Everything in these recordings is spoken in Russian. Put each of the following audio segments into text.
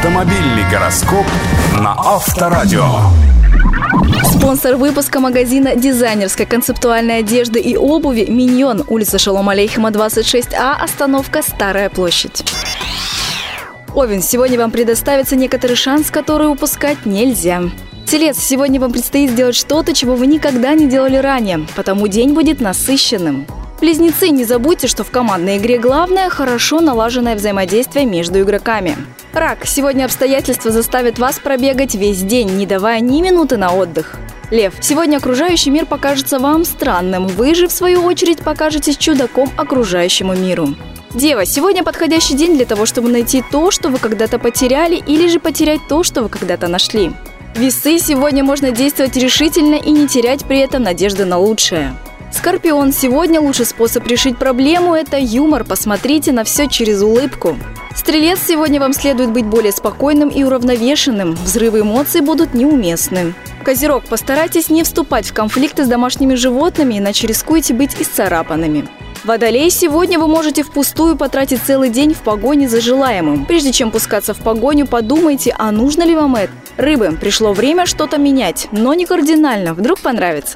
Автомобильный гороскоп на Авторадио. Спонсор выпуска магазина дизайнерской концептуальной одежды и обуви «Миньон», улица Шолом Алейхема, 26А, остановка Старая площадь. Овен, сегодня вам предоставится некоторый шанс, который упускать нельзя. Телец, сегодня вам предстоит сделать что-то, чего вы никогда не делали ранее, потому день будет насыщенным. Близнецы, не забудьте, что в командной игре главное – хорошо налаженное взаимодействие между игроками. Рак, сегодня обстоятельства заставят вас пробегать весь день, не давая ни минуты на отдых. Лев, сегодня окружающий мир покажется вам странным, вы же, в свою очередь, покажетесь чудаком окружающему миру. Дева, сегодня подходящий день для того, чтобы найти то, что вы когда-то потеряли, или же потерять то, что вы когда-то нашли. Весы, сегодня можно действовать решительно и не терять при этом надежды на лучшее. Скорпион, сегодня лучший способ решить проблему – это юмор, посмотрите на все через улыбку. Стрелец, сегодня вам следует быть более спокойным и уравновешенным, взрывы эмоций будут неуместны. Козерог, постарайтесь не вступать в конфликты с домашними животными, иначе рискуете быть исцарапанными. Водолей, сегодня вы можете впустую потратить целый день в погоне за желаемым. Прежде чем пускаться в погоню, подумайте, а нужно ли вам это. Рыбы, пришло время что-то менять, но не кардинально, вдруг понравится.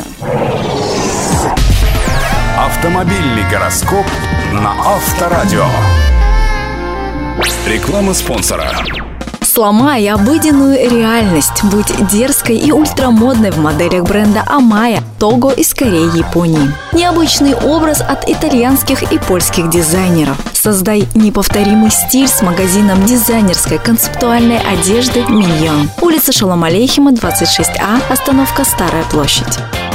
Автомобильный гороскоп на Авторадио. Реклама спонсора. Сломай обыденную реальность. Будь дерзкой и ультрамодной в моделях бренда Амая, Того из Кореи, Японии. Необычный образ от итальянских и польских дизайнеров. Создай неповторимый стиль с магазином дизайнерской концептуальной одежды «Миньон». Улица Шолом Алейхема, 26А, остановка Старая площадь.